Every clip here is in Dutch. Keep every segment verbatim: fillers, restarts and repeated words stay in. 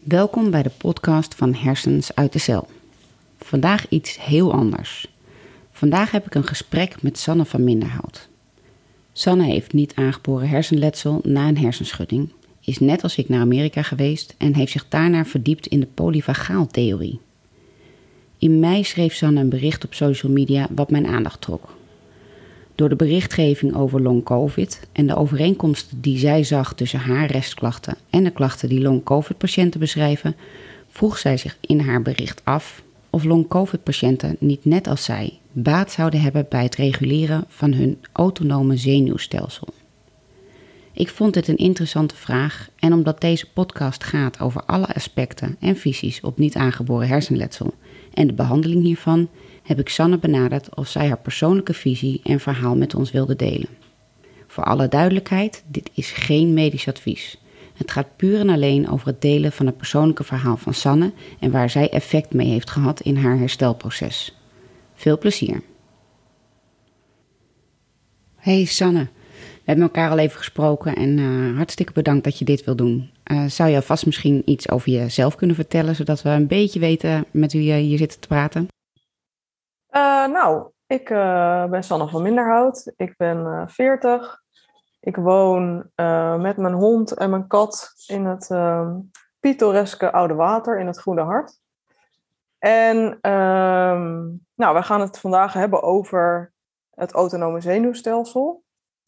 Welkom bij de podcast van Hersens uit de Cel. Vandaag iets heel anders. Vandaag heb ik een gesprek met Sanne van Minderhout. Sanne heeft niet aangeboren hersenletsel na een hersenschudding, is net als ik naar Amerika geweest en heeft zich daarna verdiept in de polyvagaaltheorie. In mei schreef Sanne een bericht op social media wat mijn aandacht trok. Door de berichtgeving over long-covid en de overeenkomsten die zij zag tussen haar restklachten en de klachten die long-covid-patiënten beschrijven, vroeg zij zich in haar bericht af of long-covid-patiënten niet net als zij baat zouden hebben bij het reguleren van hun autonome zenuwstelsel. Ik vond dit een interessante vraag en omdat deze podcast gaat over alle aspecten en visies op niet aangeboren hersenletsel en de behandeling hiervan, heb ik Sanne benaderd of zij haar persoonlijke visie en verhaal met ons wilde delen. Voor alle duidelijkheid, dit is geen medisch advies. Het gaat puur en alleen over het delen van het persoonlijke verhaal van Sanne en waar zij effect mee heeft gehad in haar herstelproces. Veel plezier. Hey Sanne, we hebben elkaar al even gesproken en uh, hartstikke bedankt dat je dit wil doen. Uh, zou je alvast misschien iets over jezelf kunnen vertellen, zodat we een beetje weten met wie je hier zit te praten? Uh, nou, ik uh, ben Sanne van Minderhout. Ik ben uh, veertig. Ik woon uh, met mijn hond en mijn kat in het uh, pittoreske Oude Water in het Groene Hart. En uh, nou, we gaan het vandaag hebben over het autonome zenuwstelsel.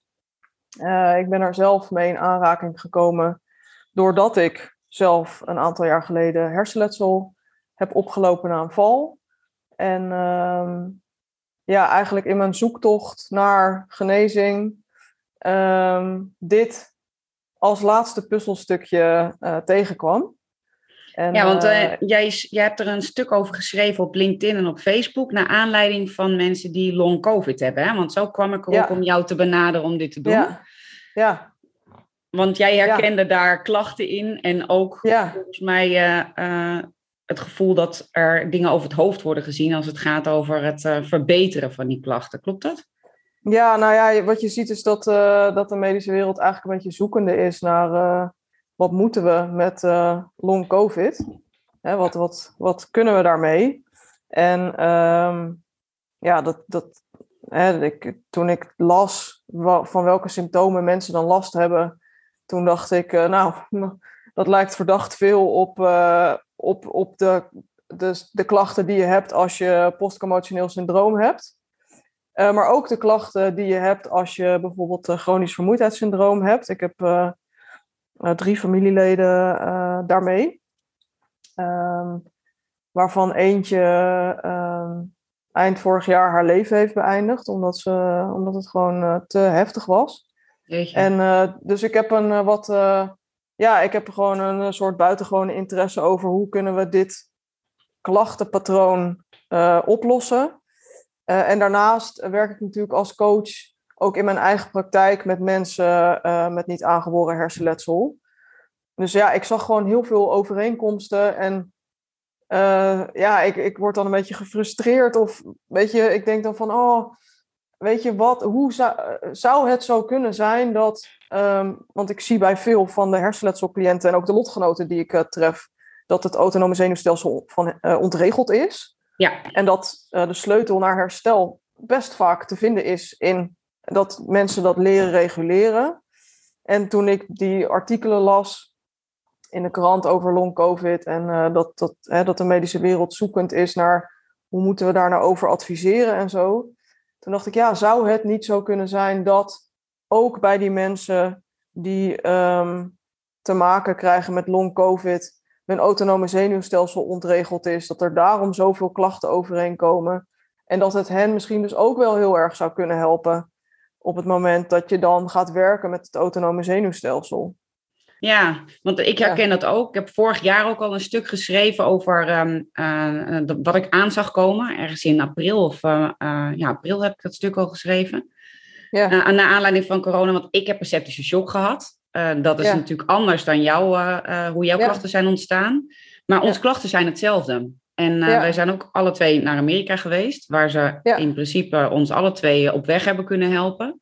Uh, ik ben er zelf mee in aanraking gekomen doordat ik zelf een aantal jaar geleden hersenletsel heb opgelopen na een val. En uh, ja, eigenlijk in mijn zoektocht naar genezing uh, dit als laatste puzzelstukje uh, tegenkwam. En, ja, want uh, jij, jij hebt er een stuk over geschreven op LinkedIn en op Facebook naar aanleiding van mensen die long covid hebben. Hè? Want zo kwam ik erop ja. om jou te benaderen om dit te doen. Ja, ja. Want jij herkende ja. daar klachten in en ook ja. volgens mij uh, uh, het gevoel dat er dingen over het hoofd worden gezien als het gaat over het uh, verbeteren van die klachten. Klopt dat? Ja, nou ja, wat je ziet is dat, uh, dat de medische wereld eigenlijk een beetje zoekende is naar uh, wat moeten we met uh, long covid? Hè, wat, wat, wat kunnen we daarmee? En um, ja, dat, dat, hè, ik, toen ik las van welke symptomen mensen dan last hebben, toen dacht ik, uh, nou, dat lijkt verdacht veel op, uh, op, op de, de, de klachten die je hebt als je postcommotioneel syndroom hebt. Uh, maar ook de klachten die je hebt als je bijvoorbeeld uh, chronisch vermoeidheidssyndroom hebt. Ik heb uh, uh, drie familieleden uh, daarmee. Um, waarvan eentje uh, eind vorig jaar haar leven heeft beëindigd. Omdat, ze, omdat het gewoon uh, te heftig was. Jeetje. En uh, dus ik heb een uh, wat... Uh, ja, ik heb gewoon een soort buitengewone interesse over hoe kunnen we dit klachtenpatroon uh, oplossen. Uh, en daarnaast werk ik natuurlijk als coach ook in mijn eigen praktijk met mensen uh, met niet aangeboren hersenletsel. Dus ja, ik zag gewoon heel veel overeenkomsten en uh, ja, ik, ik word dan een beetje gefrustreerd of weet je, ik denk dan van, oh, weet je wat, hoe zou, zou het zo kunnen zijn dat, um, want ik zie bij veel van de hersenletselcliënten en ook de lotgenoten die ik uh, tref, dat het autonome zenuwstelsel van, uh, ontregeld is. Ja. En dat uh, de sleutel naar herstel best vaak te vinden is in dat mensen dat leren reguleren. En toen ik die artikelen las in de krant over long covid en uh, dat, dat, hè, dat de medische wereld zoekend is naar hoe moeten we daar nou over adviseren en zo. Toen dacht ik, ja, zou het niet zo kunnen zijn dat ook bij die mensen die um, te maken krijgen met long covid hun autonome zenuwstelsel ontregeld is, dat er daarom zoveel klachten overeenkomen en dat het hen misschien dus ook wel heel erg zou kunnen helpen op het moment dat je dan gaat werken met het autonome zenuwstelsel. Ja, want ik herken ja. dat ook. Ik heb vorig jaar ook al een stuk geschreven over um, uh, wat ik aan zag komen. Ergens in april of uh, uh, ja, april heb ik dat stuk al geschreven. Ja. Uh, naar aanleiding van corona, want ik heb een septische shock gehad. Uh, dat is ja. natuurlijk anders dan jou, uh, uh, hoe jouw ja. klachten zijn ontstaan. Maar onze ja. klachten zijn hetzelfde. En uh, ja. wij zijn ook alle twee naar Amerika geweest, waar ze ja. in principe ons alle twee op weg hebben kunnen helpen.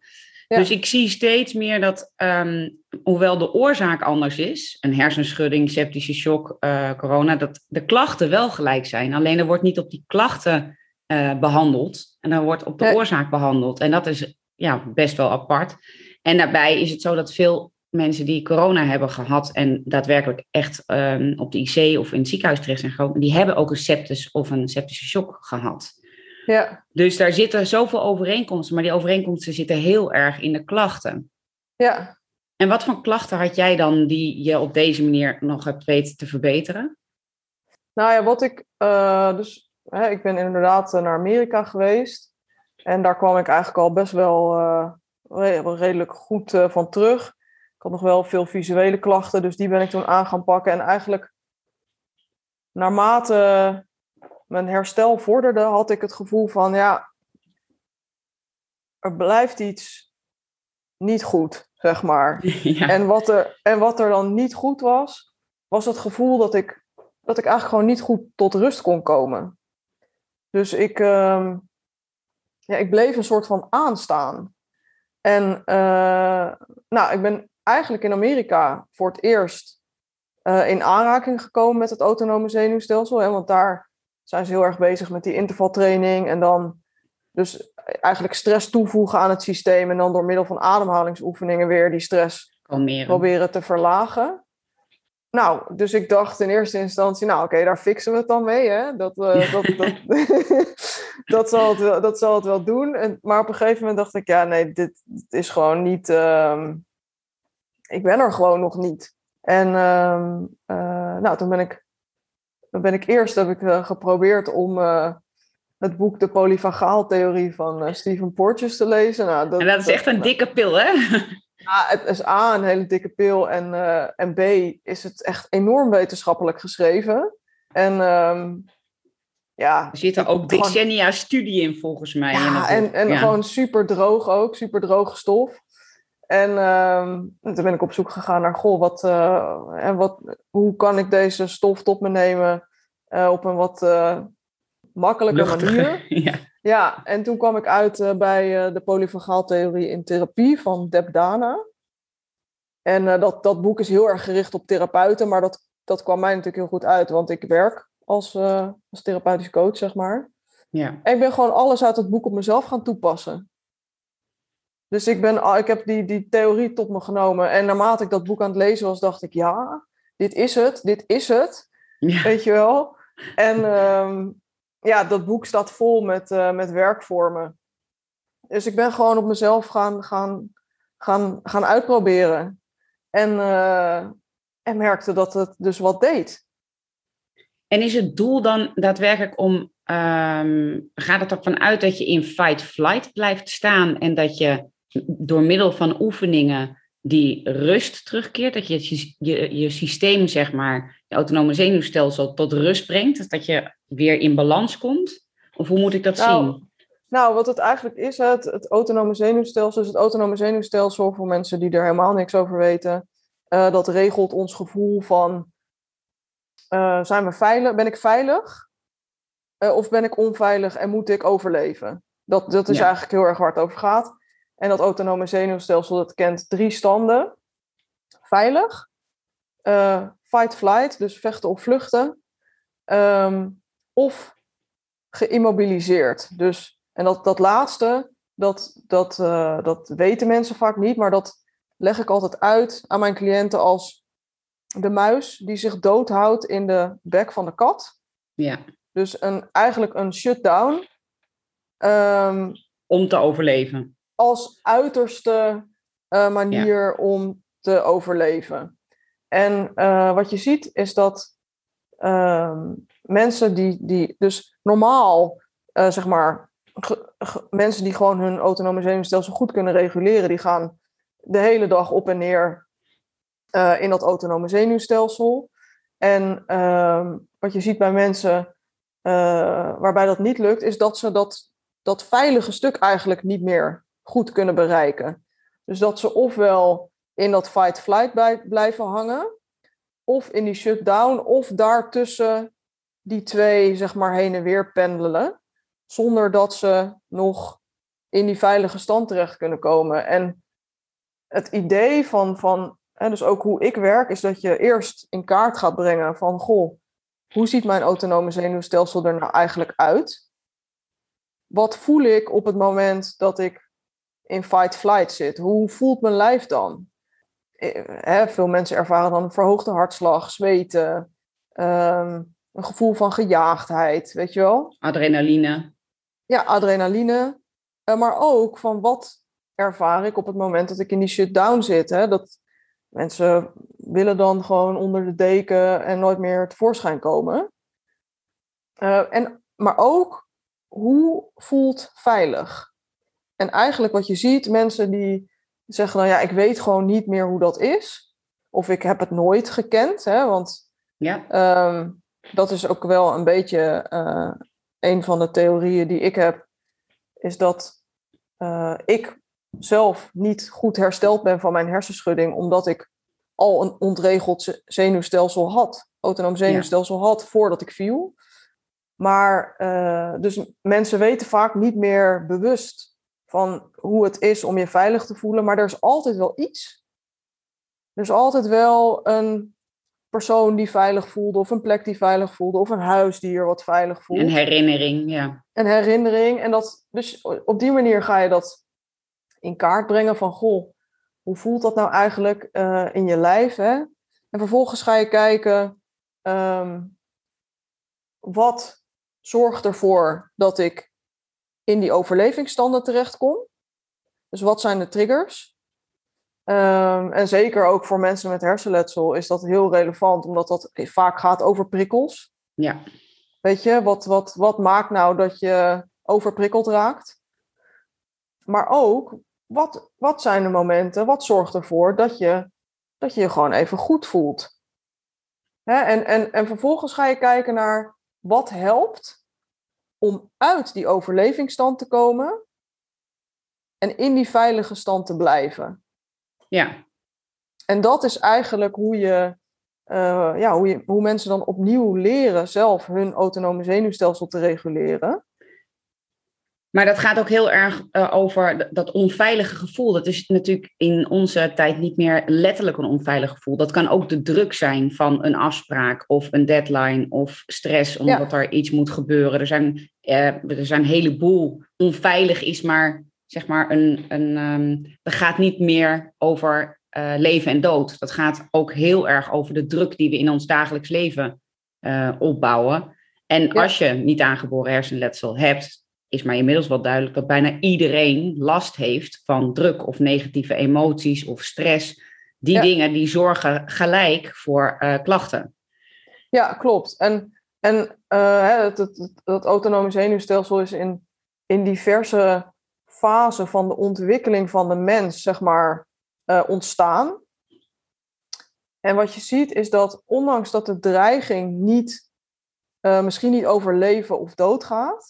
Ja. Dus ik zie steeds meer dat, um, hoewel de oorzaak anders is, een hersenschudding, septische shock, uh, corona, dat de klachten wel gelijk zijn. Alleen er wordt niet op die klachten uh, behandeld en er wordt op de Nee. oorzaak behandeld. En dat is ja, best wel apart. En daarbij is het zo dat veel mensen die corona hebben gehad en daadwerkelijk echt um, op de I C of in het ziekenhuis terecht zijn gekomen, die hebben ook een septis of een septische shock gehad. Ja. Dus daar zitten zoveel overeenkomsten, maar die overeenkomsten zitten heel erg in de klachten. Ja. En wat voor klachten had jij dan die je op deze manier nog hebt weten te verbeteren? Nou ja, wat ik... Uh, dus, hè, ik ben inderdaad naar Amerika geweest. En daar kwam ik eigenlijk al best wel uh, redelijk goed uh, van terug. Ik had nog wel veel visuele klachten, dus die ben ik toen aan gaan pakken. En eigenlijk naarmate mijn herstel vorderde, had ik het gevoel van, ja, er blijft iets niet goed, zeg maar. Ja. En, wat er, en wat er dan niet goed was, was het gevoel dat ik, dat ik eigenlijk gewoon niet goed tot rust kon komen. Dus ik, uh, ja, ik bleef een soort van aanstaan. En uh, nou, ik ben eigenlijk in Amerika voor het eerst uh, in aanraking gekomen met het autonome zenuwstelsel. Hè, want daar zijn ze heel erg bezig met die intervaltraining. En dan dus eigenlijk stress toevoegen aan het systeem. En dan door middel van ademhalingsoefeningen weer die stress Kalmeren. Proberen te verlagen. Nou, dus ik dacht in eerste instantie, nou oké, okay, daar fixen we het dan mee. Hè? Dat, uh, dat, dat, dat, zal het wel, dat zal het wel doen. En, maar op een gegeven moment dacht ik, ja nee, dit, dit is gewoon niet... Uh, ik ben er gewoon nog niet. En uh, uh, nou, toen ben ik, toen ben ik eerst heb ik, uh, geprobeerd om uh, het boek De Polyvagaaltheorie van uh, Stephen Porges te lezen. Nou, dat, en dat is echt een dat, dikke pil, hè? Ja, het is A, een hele dikke pil. En, uh, en B, is het echt enorm wetenschappelijk geschreven. En um, ja... Er zitten ook decennia gewoon... studie in, volgens mij. Ja, en, en ja. gewoon super droog ook. Super droge stof. En um, toen ben ik op zoek gegaan naar... Goh, wat, uh, en wat, hoe kan ik deze stof tot me nemen... Uh, op een wat uh, makkelijke Luchtige, manier. Ja. Ja, en toen kwam ik uit uh, bij uh, de polyvagaaltheorie in therapie van Deb Dana. En uh, dat, dat boek is heel erg gericht op therapeuten, maar dat, dat kwam mij natuurlijk heel goed uit, want ik werk als, uh, als therapeutisch coach, zeg maar. Ja. En ik ben gewoon alles uit het boek op mezelf gaan toepassen. Dus ik, ben, ik heb die, die theorie tot me genomen. En naarmate ik dat boek aan het lezen was, dacht ik, ja, dit is het, dit is het. Ja. Weet je wel? En... Um, ja, dat boek staat vol met, uh, met werkvormen. Dus ik ben gewoon op mezelf gaan, gaan, gaan, gaan uitproberen. En, uh, en merkte dat het dus wat deed. En is het doel dan daadwerkelijk om... Um, gaat het ervan uit dat je in fight-flight blijft staan... en dat je door middel van oefeningen die rust terugkeert... dat je je, je, je systeem, zeg maar, je autonome zenuwstelsel tot rust brengt... dus dat je weer in balans komt? Of hoe moet ik dat nou, zien? Nou, wat het eigenlijk is, het, het autonome zenuwstelsel... is het autonome zenuwstelsel voor mensen die er helemaal niks over weten... Uh, dat regelt ons gevoel van... Uh, zijn we veilig? Ben ik veilig? Uh, of ben ik onveilig en moet ik overleven? Dat, dat is ja. eigenlijk heel erg waar het over gaat. En dat autonome zenuwstelsel, dat kent drie standen. Veilig. Uh, fight-flight, dus vechten of vluchten. Um, of geïmmobiliseerd. Dus, en dat, dat laatste, dat, dat, uh, dat weten mensen vaak niet, maar dat leg ik altijd uit aan mijn cliënten als de muis die zich doodhoudt in de bek van de kat. Ja. Dus een, eigenlijk een shutdown. Um, Om te overleven. Als uiterste uh, manier ja. om te overleven. En uh, wat je ziet is dat uh, mensen die, die dus normaal, uh, zeg maar, ge, ge, mensen die gewoon hun autonome zenuwstelsel goed kunnen reguleren, die gaan de hele dag op en neer uh, in dat autonome zenuwstelsel. En uh, wat je ziet bij mensen uh, waarbij dat niet lukt, is dat ze dat, dat veilige stuk eigenlijk niet meer goed kunnen bereiken. Dus dat ze ofwel in dat fight-flight bij, blijven hangen, of in die shutdown, of daartussen die twee, zeg maar, heen en weer pendelen, zonder dat ze nog in die veilige stand terecht kunnen komen. En het idee van, van hè, dus ook hoe ik werk, is dat je eerst in kaart gaat brengen van, goh, hoe ziet mijn autonome zenuwstelsel er nou eigenlijk uit? Wat voel ik op het moment dat ik in fight-flight zit? Hoe voelt mijn lijf dan? Hè, veel mensen ervaren dan een verhoogde hartslag, zweten, um, een gevoel van gejaagdheid, weet je wel? Adrenaline. Ja, adrenaline. Uh, maar ook van wat ervaar ik op het moment dat ik in die shutdown zit. Hè? Dat mensen willen dan gewoon onder de deken en nooit meer tevoorschijn komen. Uh, en, maar ook, hoe voelt veilig? En eigenlijk wat je ziet, mensen die zeggen, nou ja, ik weet gewoon niet meer hoe dat is. Of ik heb het nooit gekend. Hè? Want ja. um, dat is ook wel een beetje uh, een van de theorieën die ik heb. Is dat uh, ik zelf niet goed hersteld ben van mijn hersenschudding. Omdat ik al een ontregeld zenuwstelsel had. Autonoom zenuwstelsel ja. had voordat ik viel. Maar uh, dus mensen weten vaak niet meer bewust van hoe het is om je veilig te voelen. Maar er is altijd wel iets. Er is altijd wel een persoon die veilig voelde. Of een plek die veilig voelde. Of een huisdier wat veilig voelt. Een herinnering, ja. Een herinnering. En dat, dus op die manier ga je dat in kaart brengen van, goh, hoe voelt dat nou eigenlijk uh, in je lijf? Hè? En vervolgens ga je kijken, um, wat zorgt ervoor dat ik in die overlevingsstanden terechtkom? Dus wat zijn de triggers? Um, en zeker ook voor mensen met hersenletsel is dat heel relevant, omdat dat vaak gaat over prikkels. Ja. Weet je, wat, wat, wat maakt nou dat je overprikkeld raakt? Maar ook, wat, wat zijn de momenten, wat zorgt ervoor dat je dat je, je gewoon even goed voelt? Hè? En, en, en vervolgens ga je kijken naar wat helpt om uit die overlevingsstand te komen en in die veilige stand te blijven. Ja. En dat is eigenlijk hoe je, uh, ja, hoe je, hoe mensen dan opnieuw leren zelf hun autonome zenuwstelsel te reguleren. Maar dat gaat ook heel erg uh, over dat onveilige gevoel. Dat is natuurlijk in onze tijd niet meer letterlijk een onveilig gevoel. Dat kan ook de druk zijn van een afspraak of een deadline of stress omdat ja. er iets moet gebeuren. Er zijn, uh, er zijn een heleboel onveilig is, maar zeg maar een, een um, dat gaat niet meer over uh, leven en dood. Dat gaat ook heel erg over de druk die we in ons dagelijks leven uh, opbouwen. En ja. als je niet aangeboren hersenletsel hebt, is maar inmiddels wel duidelijk dat bijna iedereen last heeft van druk of negatieve emoties of stress. Die ja. dingen die zorgen gelijk voor uh, klachten. Ja, klopt. En, en uh, het, het, het, het autonome zenuwstelsel is in, in diverse fasen van de ontwikkeling van de mens, zeg maar, uh, ontstaan. En wat je ziet is dat ondanks dat de dreiging niet, uh, misschien niet over leven of dood gaat,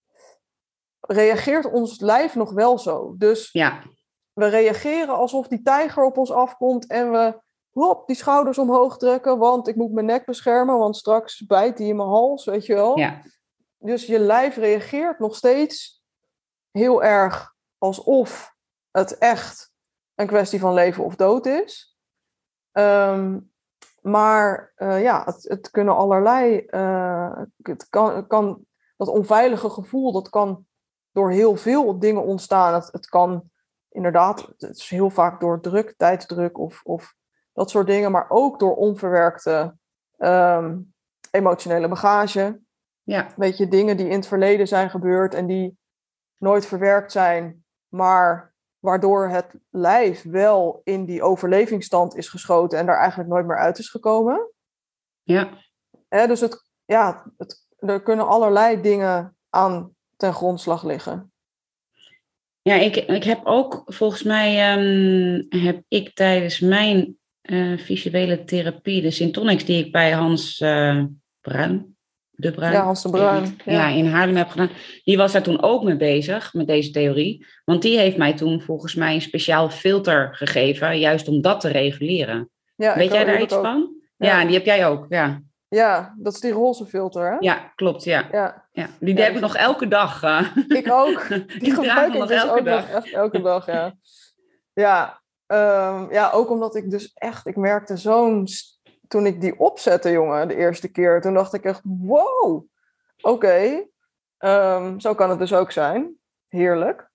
reageert ons lijf nog wel zo. Dus ja. we reageren alsof die tijger op ons afkomt en we hop, die schouders omhoog trekken, want ik moet mijn nek beschermen, want straks bijt die in mijn hals, weet je wel. Ja. Dus je lijf reageert nog steeds heel erg alsof het echt een kwestie van leven of dood is. Um, maar uh, ja, het, het kunnen allerlei... Uh, het kan, het kan, dat onveilige gevoel, dat kan door heel veel dingen ontstaan. Het, het kan inderdaad, het is heel vaak door druk, tijdsdruk of, of dat soort dingen, maar ook door onverwerkte um, emotionele bagage. Ja. Weet je, dingen die in het verleden zijn gebeurd en die nooit verwerkt zijn, maar waardoor het lijf wel in die overlevingsstand is geschoten en daar eigenlijk nooit meer uit is gekomen. Ja. He, dus het, ja, het, er kunnen allerlei dingen aan ten grondslag liggen. Ja, ik, ik heb ook, volgens mij um, heb ik tijdens mijn uh, visuele therapie, de Syntonics die ik bij Hans uh, Bruin, de Bruin. Ja, Hans de Bruin. Ja. ja, in Haarlem heb gedaan. Die was daar toen ook mee bezig, met deze theorie. Want die heeft mij toen volgens mij een speciaal filter gegeven, juist om dat te reguleren. Ja, Weet jij daar iets ook. van? Ja. ja, die heb jij ook, ja. Ja, dat is die roze filter, hè? Ja, klopt, ja. ja. ja. Die ja, heb ik nog elke dag. Uh. Ik ook. Die, die gebruik ik nog dus elke ook dag. Nog echt elke dag, ja. Ja, um, ja, ook omdat ik dus echt, ik merkte zo'n, st- toen ik die opzette, jongen, de eerste keer, toen dacht ik echt, wow, oké, okay. um, zo kan het dus ook zijn. Heerlijk.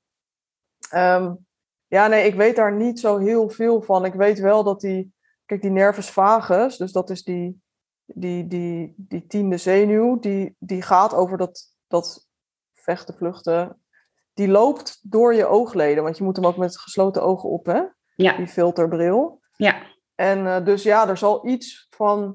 Um, ja, nee, ik weet daar niet zo heel veel van. Ik weet wel dat die, kijk, die nervus vagus, dus dat is die, die, die, die tiende zenuw, die, die gaat over dat, dat vechten, vluchten, die loopt door je oogleden, want je moet hem ook met gesloten ogen op, hè? Ja. Die filterbril. Ja. En uh, dus ja, er zal iets van...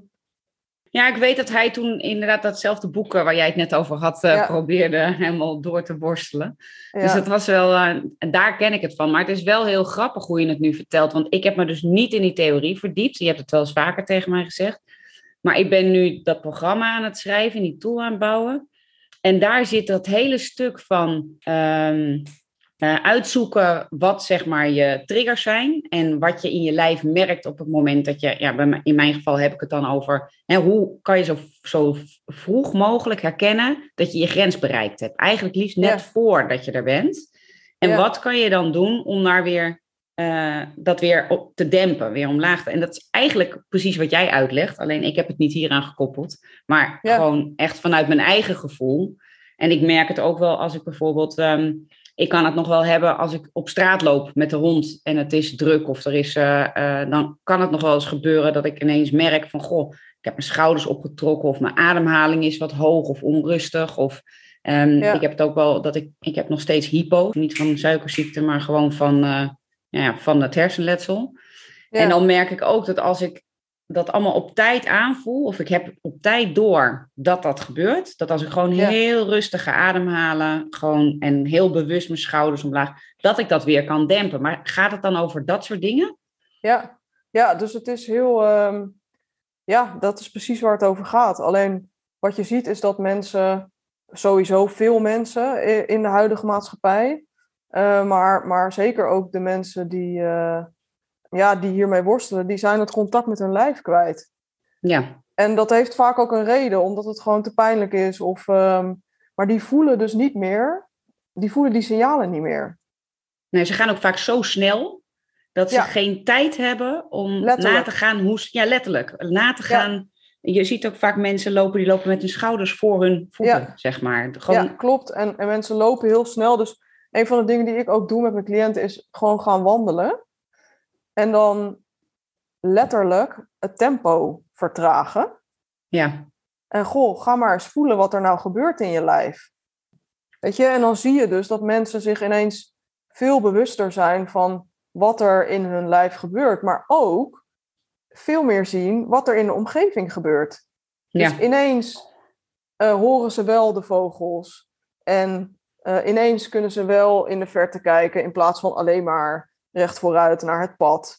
Ja, ik weet dat hij toen inderdaad datzelfde boek waar jij het net over had, uh, ja. probeerde helemaal door te borstelen. Ja. Dus dat was wel, uh, en daar ken ik het van. Maar het is wel heel grappig hoe je het nu vertelt, want ik heb me dus niet in die theorie verdiept. Je hebt het wel eens vaker tegen mij gezegd. Maar ik ben nu dat programma aan het schrijven, die tool aan het bouwen. En daar zit dat hele stuk van um, uh, uitzoeken wat zeg maar je triggers zijn. En wat je in je lijf merkt op het moment dat je, ja, in mijn geval heb ik het dan over, hè, hoe kan je zo, zo vroeg mogelijk herkennen dat je je grens bereikt hebt. Eigenlijk liefst net ja. voordat je er bent. En ja. wat kan je dan doen om daar weer, uh, dat weer op te dempen, weer omlaag te. En dat is eigenlijk precies wat jij uitlegt. Alleen ik heb het niet hieraan gekoppeld. Maar ja. gewoon echt vanuit mijn eigen gevoel. En ik merk het ook wel als ik bijvoorbeeld... Um, ik kan het nog wel hebben als ik op straat loop met de hond en het is druk of er is... Uh, uh, dan kan het nog wel eens gebeuren dat ik ineens merk van... Goh, ik heb mijn schouders opgetrokken of mijn ademhaling is wat hoog of onrustig. Of um, ja. ik heb het ook wel dat ik... Ik heb nog steeds hypo. Niet van suikerziekte, maar gewoon van, uh, ja, van het hersenletsel. Ja. En dan merk ik ook dat als ik dat allemaal op tijd aanvoel, of ik heb op tijd door dat dat gebeurt, dat als ik gewoon ja. heel rustig ga ademhalen, gewoon en heel bewust mijn schouders omlaag, dat ik dat weer kan dempen. Maar gaat het dan over dat soort dingen? Ja, ja, dus het is heel, um, ja, dat is precies waar het over gaat. Alleen wat je ziet is dat mensen, sowieso veel mensen in de huidige maatschappij, uh, maar, maar zeker ook de mensen die... Uh, ja, die hiermee worstelen, die zijn het contact met hun lijf kwijt. Ja. En dat heeft vaak ook een reden, omdat het gewoon te pijnlijk is. Of, um, maar die voelen dus niet meer, die voelen die signalen niet meer. Nee, ze gaan ook vaak zo snel, dat ze ja. geen tijd hebben om letterlijk. na te gaan hoe... Ja, letterlijk. Na te gaan... Ja. Je ziet ook vaak mensen lopen, die lopen met hun schouders voor hun voeten, ja. zeg maar. Gewoon... Ja, klopt. En, en mensen lopen heel snel. Dus een van de dingen die ik ook doe met mijn cliënten is gewoon gaan wandelen. En dan letterlijk het tempo vertragen. Ja. En goh, ga maar eens voelen wat er nou gebeurt in je lijf. Weet je, en dan zie je dus dat mensen zich ineens veel bewuster zijn van wat er in hun lijf gebeurt. Maar ook veel meer zien wat er in de omgeving gebeurt. Ja. Dus ineens uh, horen ze wel de vogels. En uh, ineens kunnen ze wel in de verte kijken in plaats van alleen maar recht vooruit naar het pad.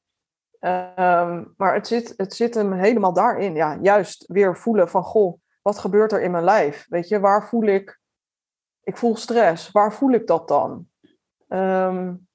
Um, maar het zit, het zit hem helemaal daarin. Ja, juist weer voelen van, goh, wat gebeurt er in mijn lijf? Weet je, waar voel ik... Ik voel stress. Waar voel ik dat dan? Um,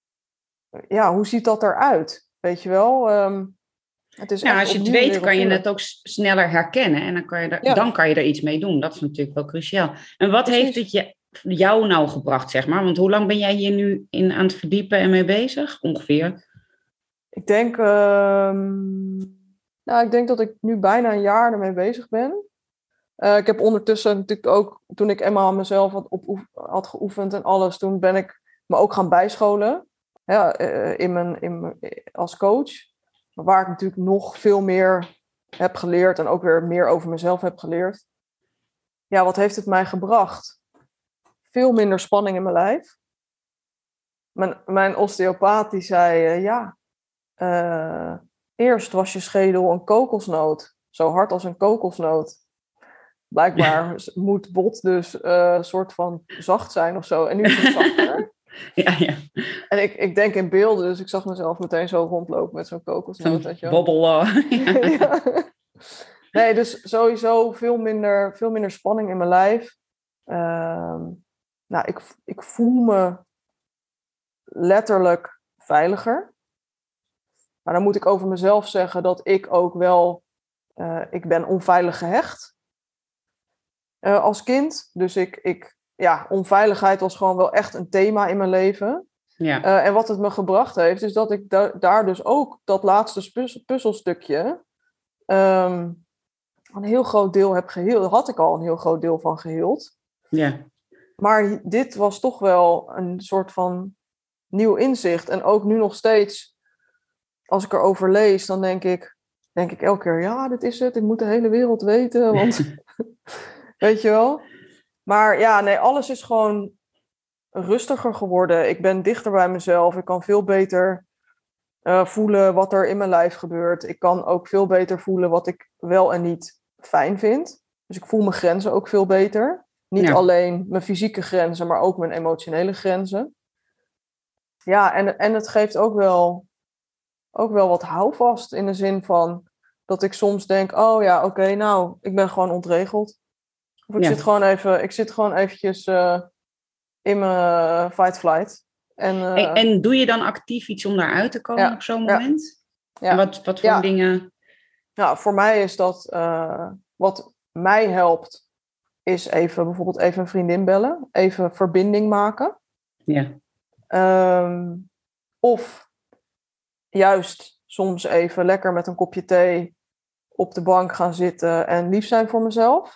ja, hoe ziet dat eruit? Weet je wel? Um, het is nou, als je het weet, kan je het ook sneller herkennen. En dan kan, je er, ja. dan kan je er iets mee doen. Dat is natuurlijk wel cruciaal. En wat Precies. heeft het je... jou nou gebracht, zeg maar? Want hoe lang ben jij hier nu in aan het verdiepen en mee bezig? Ongeveer? Ik denk... Um, nou, ik denk dat ik nu bijna een jaar ermee bezig ben. Uh, ik heb ondertussen natuurlijk ook... Toen ik eenmaal aan mezelf had, op, had geoefend en alles... Toen ben ik me ook gaan bijscholen. Ja, uh, in mijn, in mijn, als coach. Waar ik natuurlijk nog veel meer heb geleerd... En ook weer meer over mezelf heb geleerd. Ja, wat heeft het mij gebracht? Veel minder spanning in mijn lijf. Mijn, mijn osteopaat die zei... Uh, ja, uh, eerst was je schedel een kokosnoot. Zo hard als een kokosnoot. Blijkbaar ja. moet bot dus een uh, soort van zacht zijn of zo. En nu is het zachter. Ja, ja. En ik, ik denk in beelden, dus ik zag mezelf meteen zo rondlopen met zo'n kokosnoot. Zo'n bobbel. Uh, ja. Ja. Nee, dus sowieso veel minder, veel minder spanning in mijn lijf. Uh, nou, ik, ik voel me letterlijk veiliger. Maar dan moet ik over mezelf zeggen dat ik ook wel... Uh, ik ben onveilig gehecht. Uh, als kind. Dus ik, ik... Ja, onveiligheid was gewoon wel echt een thema in mijn leven. Ja. Uh, en wat het me gebracht heeft, is dat ik da- daar dus ook dat laatste puzz- puzzelstukje um, een heel groot deel heb geheeld. Had ik al een heel groot deel van geheeld. Ja. Maar dit was toch wel een soort van nieuw inzicht. En ook nu nog steeds, als ik erover lees, dan denk ik, denk ik elke keer, ja, dit is het. Ik moet de hele wereld weten, want weet je wel. Maar ja, nee, alles is gewoon rustiger geworden. Ik ben dichter bij mezelf. Ik kan veel beter uh, voelen wat er in mijn lijf gebeurt. Ik kan ook veel beter voelen wat ik wel en niet fijn vind. Dus ik voel mijn grenzen ook veel beter. Niet ja. alleen mijn fysieke grenzen, maar ook mijn emotionele grenzen. Ja, en, en het geeft ook wel, ook wel wat houvast in de zin van dat ik soms denk, oh ja, oké, okay, nou, ik ben gewoon ontregeld. Of ik, ja. zit, gewoon even, ik zit gewoon eventjes uh, in mijn fight-flight. En, uh, en, en doe je dan actief iets om daaruit te komen ja, op zo'n moment? Ja. En wat, wat voor ja. dingen? Nou, voor mij is dat, uh, wat mij helpt, is even bijvoorbeeld even een vriendin bellen. Even verbinding maken. Ja. Um, of juist soms even lekker met een kopje thee op de bank gaan zitten en lief zijn voor mezelf.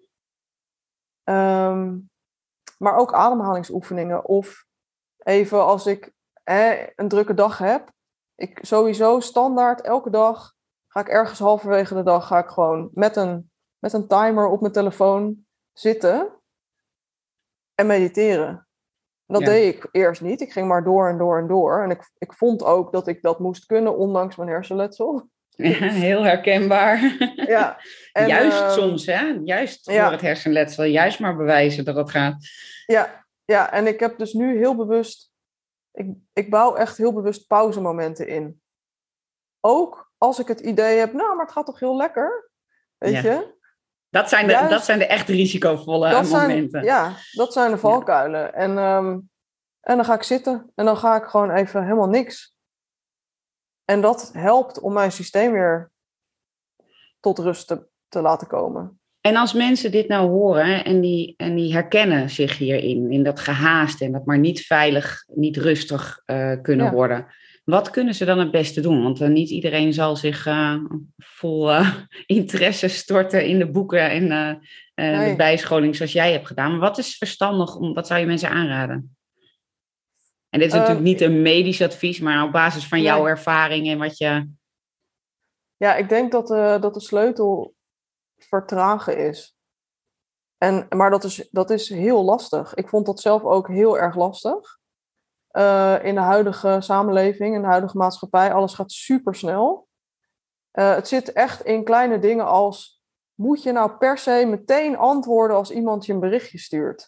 Um, maar ook ademhalingsoefeningen. Of even als ik hè, een drukke dag heb. Ik sowieso standaard elke dag ga ik ergens halverwege de dag ga ik gewoon met een, met een timer op mijn telefoon zitten en mediteren. Dat ja. deed ik eerst niet. Ik ging maar door en door en door. En ik, ik vond ook dat ik dat moest kunnen, ondanks mijn hersenletsel. Ja, heel herkenbaar. Ja. En, juist uh, soms, hè? Juist ja. door het hersenletsel. Juist maar bewijzen dat het gaat. Ja, ja, en ik heb dus nu heel bewust... Ik, ik bouw echt heel bewust pauzemomenten in. Ook als ik het idee heb, nou, maar het gaat toch heel lekker. Weet ja. je? Dat zijn, de, Juist, dat zijn de echt risicovolle dat momenten. Zijn, ja, dat zijn de valkuilen. Ja. En, um, en dan ga ik zitten. En dan ga ik gewoon even helemaal niks. En dat helpt om mijn systeem weer tot rust te, te laten komen. En als mensen dit nou horen en die, en die herkennen zich hierin, in dat gehaast en dat maar niet veilig, niet rustig uh, kunnen ja. worden. Wat kunnen ze dan het beste doen? Want uh, niet iedereen zal zich uh, vol uh, interesse storten in de boeken en uh, uh, nee. de bijscholing zoals jij hebt gedaan. Maar wat is verstandig, om, wat zou je mensen aanraden? En dit is uh, natuurlijk niet een medisch advies, maar op basis van jouw nee. ervaring en wat je... Ja, ik denk dat, uh, dat de sleutel vertragen is. En, maar dat is, dat is heel lastig. Ik vond dat zelf ook heel erg lastig. Uh, in de huidige samenleving, in de huidige maatschappij, alles gaat supersnel. Uh, het zit echt in kleine dingen als... Moet je nou per se meteen antwoorden als iemand je een berichtje stuurt?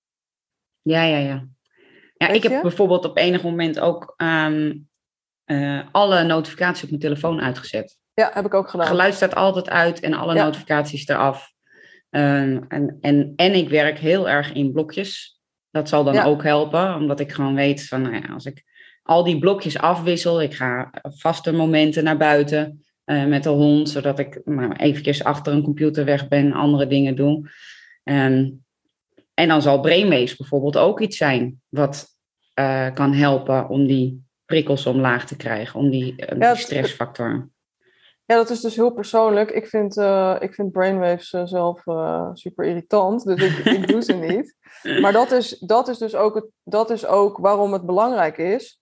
Ja, ja, ja. Ja, ik heb je? bijvoorbeeld op enig moment ook um, uh, alle notificaties op mijn telefoon uitgezet. Ja, heb ik ook gedaan. Geluid staat altijd uit en alle ja. notificaties eraf. Um, en, en, en ik werk heel erg in blokjes. Dat zal dan ja. ook helpen, omdat ik gewoon weet van, nou ja, als ik al die blokjes afwissel, ik ga vaste momenten naar buiten uh, met de hond, zodat ik nou, eventjes achter een computer weg ben, andere dingen doe. Um, en dan zal Brainwaves bijvoorbeeld ook iets zijn wat uh, kan helpen om die prikkels omlaag te krijgen, om die, uh, ja, die stressfactor. Ja, dat is dus heel persoonlijk. Ik vind, uh, ik vind brainwaves uh, zelf uh, super irritant, dus ik, ik doe ze niet. Maar dat is, dat is dus ook, het, dat is ook waarom het belangrijk is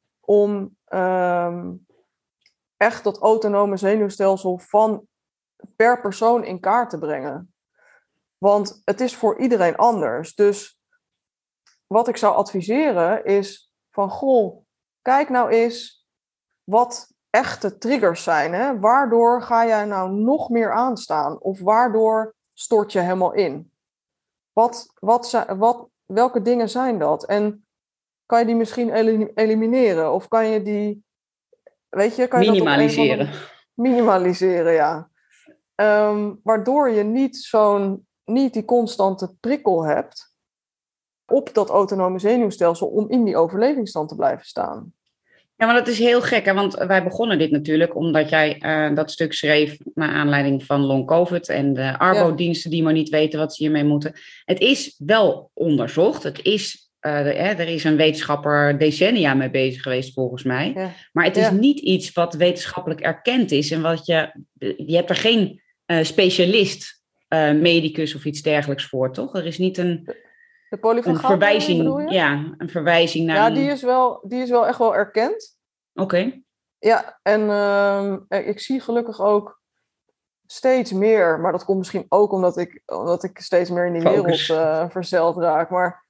om um, echt dat autonome zenuwstelsel van per persoon in kaart te brengen. Want het is voor iedereen anders. Dus wat ik zou adviseren is van, goh, kijk nou eens wat echte triggers zijn. Hè? Waardoor ga jij nou nog meer aanstaan? Of waardoor stort je helemaal in? Wat, wat, wat, welke dingen zijn dat? En kan je die misschien elimineren? Of kan je die... Weet je, kan je minimaliseren. Dat op een andere, minimaliseren, ja. Um, waardoor je niet, zo'n, niet die constante prikkel hebt op dat autonome zenuwstelsel om in die overlevingsstand te blijven staan. Ja, maar dat is heel gek, hè? Want wij begonnen dit natuurlijk omdat jij uh, dat stuk schreef naar aanleiding van long covid en de arbodiensten die maar niet weten wat ze hiermee moeten. Het is wel onderzocht, het is Uh, de, hè, er is een wetenschapper decennia mee bezig geweest volgens mij. Ja. Maar het is ja. niet iets wat wetenschappelijk erkend is. En wat je, je hebt er geen uh, specialist, uh, medicus of iets dergelijks voor, toch? Er is niet een, de een verwijzing. Bedoel je? Ja, een verwijzing naar. Ja, een... die is wel, die is wel echt wel erkend. Oké. Okay. Ja, en uh, ik zie gelukkig ook steeds meer, maar dat komt misschien ook omdat ik, omdat ik steeds meer in die Focus. wereld uh, verzeild raak. Maar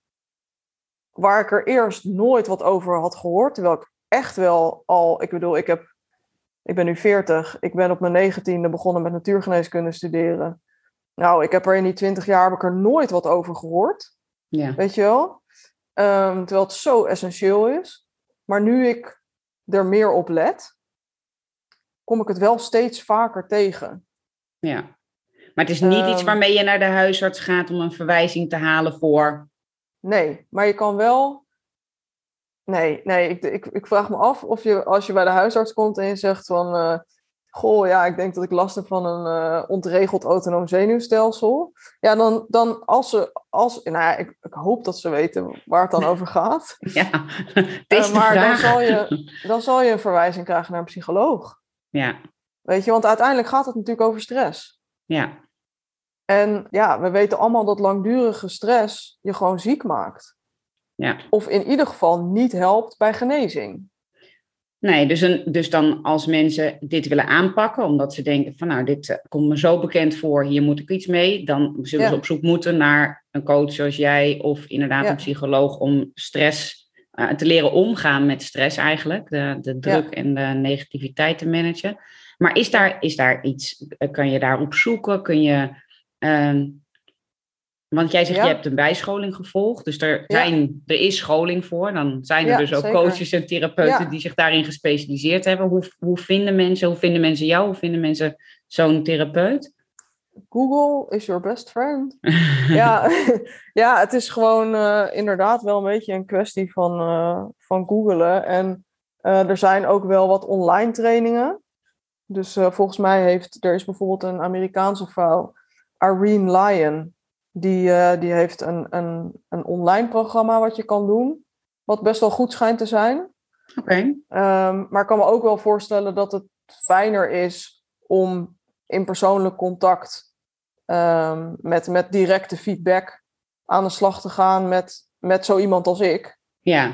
waar ik er eerst nooit wat over had gehoord, terwijl ik echt wel al, ik bedoel, ik heb, ik ben nu veertig, ik ben op mijn negentiende begonnen met natuurgeneeskunde studeren. Nou, ik heb er in die twintig jaar heb ik er nooit wat over gehoord. Ja. Weet je wel? Um, terwijl het zo essentieel is. Maar nu ik er meer op let, kom ik het wel steeds vaker tegen. Ja, maar het is niet um, iets waarmee je naar de huisarts gaat om een verwijzing te halen voor... Nee, maar je kan wel... Nee, nee ik, ik, ik vraag me af of je als je bij de huisarts komt en je zegt van... Uh, goh, ja, ik denk dat ik last heb van een uh, ontregeld autonoom zenuwstelsel. Ja, dan, dan als ze... Als, nou ja, ik, ik hoop dat ze weten waar het dan over gaat. Ja, het is uh, maar de dan vraag. zal, je, dan zal je een verwijzing krijgen naar een psycholoog. Ja. Weet je, want uiteindelijk gaat het natuurlijk over stress. Ja. En ja, we weten allemaal dat langdurige stress je gewoon ziek maakt. Ja. Of in ieder geval niet helpt bij genezing. Nee, dus, een, dus dan als mensen dit willen aanpakken, omdat ze denken van nou, dit uh, komt me zo bekend voor, hier moet ik iets mee, dan zullen ja. ze op zoek moeten naar een coach zoals jij of inderdaad ja. een psycholoog om stress uh, te leren omgaan met stress eigenlijk, de, de druk ja. en de negativiteit te managen. Maar is daar, is daar iets, kan je daarop zoeken? Kun je, uh, want jij zegt, ja. je hebt een bijscholing gevolgd, dus er, zijn, ja. er is scholing voor. Dan zijn er ja, dus ook zeker. coaches en therapeuten ja. die zich daarin gespecialiseerd hebben. Hoe, hoe vinden mensen, hoe vinden mensen jou? Hoe vinden mensen zo'n therapeut? Google is your best friend. ja, ja, het is gewoon uh, inderdaad wel een beetje een kwestie van, uh, van googlen. En uh, er zijn ook wel wat online trainingen. Dus uh, volgens mij heeft, er is bijvoorbeeld een Amerikaanse vrouw, Irene Lyon, die, uh, die heeft een, een, een online programma wat je kan doen, wat best wel goed schijnt te zijn. Oké. Okay. Um, maar ik kan me ook wel voorstellen dat het fijner is om in persoonlijk contact um, met, met directe feedback aan de slag te gaan met, met zo iemand als ik. Ja.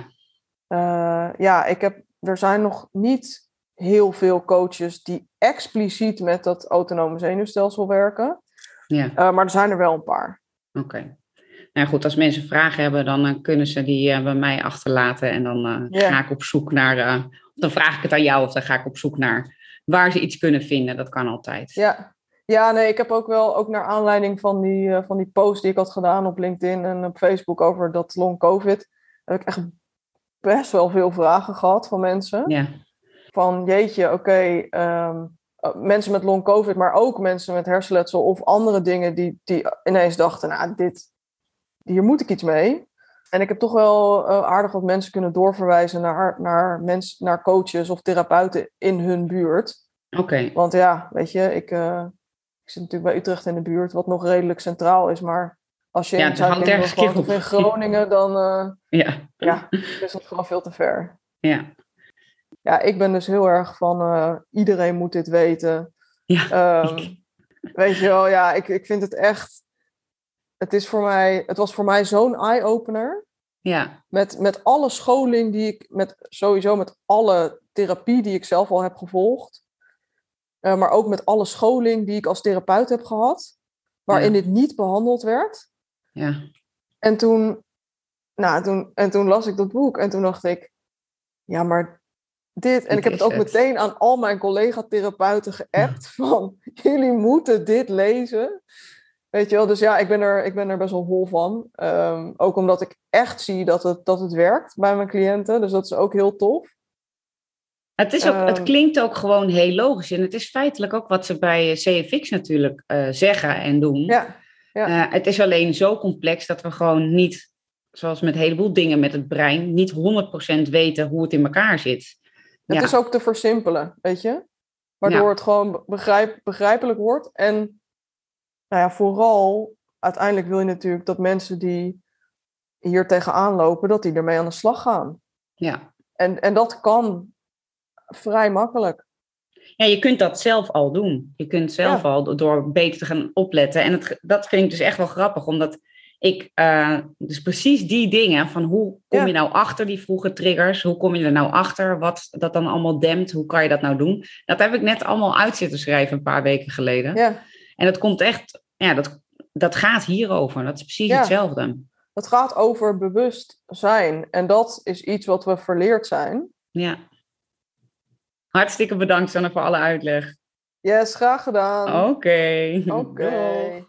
Uh, ja, ik heb, er zijn nog niet heel veel coaches die expliciet met dat autonome zenuwstelsel werken. Ja. Uh, maar er zijn er wel een paar. Oké. Okay. Nou goed, als mensen vragen hebben, dan uh, kunnen ze die uh, bij mij achterlaten. En dan uh, yeah. ga ik op zoek naar... Uh, dan vraag ik het aan jou of dan ga ik op zoek naar waar ze iets kunnen vinden. Dat kan altijd. Ja, ja nee, ik heb ook wel, ook naar aanleiding van die, uh, van die post die ik had gedaan op LinkedIn en op Facebook over dat long COVID, heb ik echt best wel veel vragen gehad van mensen. Ja. Van jeetje, oké, okay, um, mensen met long COVID, maar ook mensen met hersenletsel of andere dingen die, die ineens dachten, nou, dit, hier moet ik iets mee. En ik heb toch wel uh, aardig wat mensen kunnen doorverwijzen naar, naar, mens, naar coaches of therapeuten in hun buurt. Oké. Okay. Want ja, weet je, ik, uh, ik zit natuurlijk bij Utrecht in de buurt, wat nog redelijk centraal is, maar als je ja, in Zuid-Limburg woont of in Groningen, dan uh, ja. Ja, is dat gewoon veel te ver. Ja. Ja, ik ben dus heel erg van uh, iedereen moet dit weten. Ja. Um, weet je wel, ja, ik, ik vind het echt... Het, is voor mij, het was voor mij zo'n eye-opener. Ja. Met, met alle scholing die ik... Met, sowieso met alle therapie die ik zelf al heb gevolgd. Uh, maar ook met alle scholing die ik als therapeut heb gehad. Waarin ja. dit niet behandeld werd. Ja. En toen, nou, toen, en toen las ik dat boek. En toen dacht ik... Ja, maar... Dit, en ik heb het ook het. meteen aan al mijn collega-therapeuten geappt van, jullie moeten dit lezen. Weet je wel, dus ja, ik ben er, ik ben er best wel hol van. Um, ook omdat ik echt zie dat het, dat het werkt bij mijn cliënten. Dus dat is ook heel tof. Het, is ook, um, het klinkt ook gewoon heel logisch. En het is feitelijk ook wat ze bij C F X natuurlijk uh, zeggen en doen. Ja, ja. Uh, het is alleen zo complex dat we gewoon niet, zoals met een heleboel dingen met het brein, niet honderd procent weten hoe het in elkaar zit. Het ja. is ook te versimpelen, weet je? Waardoor ja. het gewoon begrijp, begrijpelijk wordt. En nou ja, vooral, uiteindelijk wil je natuurlijk dat mensen die hier tegenaan lopen, dat die ermee aan de slag gaan. Ja. En, en dat kan vrij makkelijk. Ja, je kunt dat zelf al doen. Je kunt zelf Ja. al door beter te gaan opletten. En het, dat vind ik dus echt wel grappig, omdat ik uh, dus precies die dingen van hoe kom Ja. je nou achter die vroege triggers? Hoe kom je er nou achter? Wat dat dan allemaal dempt? Hoe kan je dat nou doen? Dat heb ik net allemaal uit zitten schrijven een paar weken geleden. Ja. En dat komt echt, ja, dat, dat gaat hierover. Dat is precies Ja. hetzelfde. Het gaat over bewustzijn. En dat is iets wat we verleerd zijn. Ja. Hartstikke bedankt, Sanne, voor alle uitleg. Yes, graag gedaan. Oké. Oké.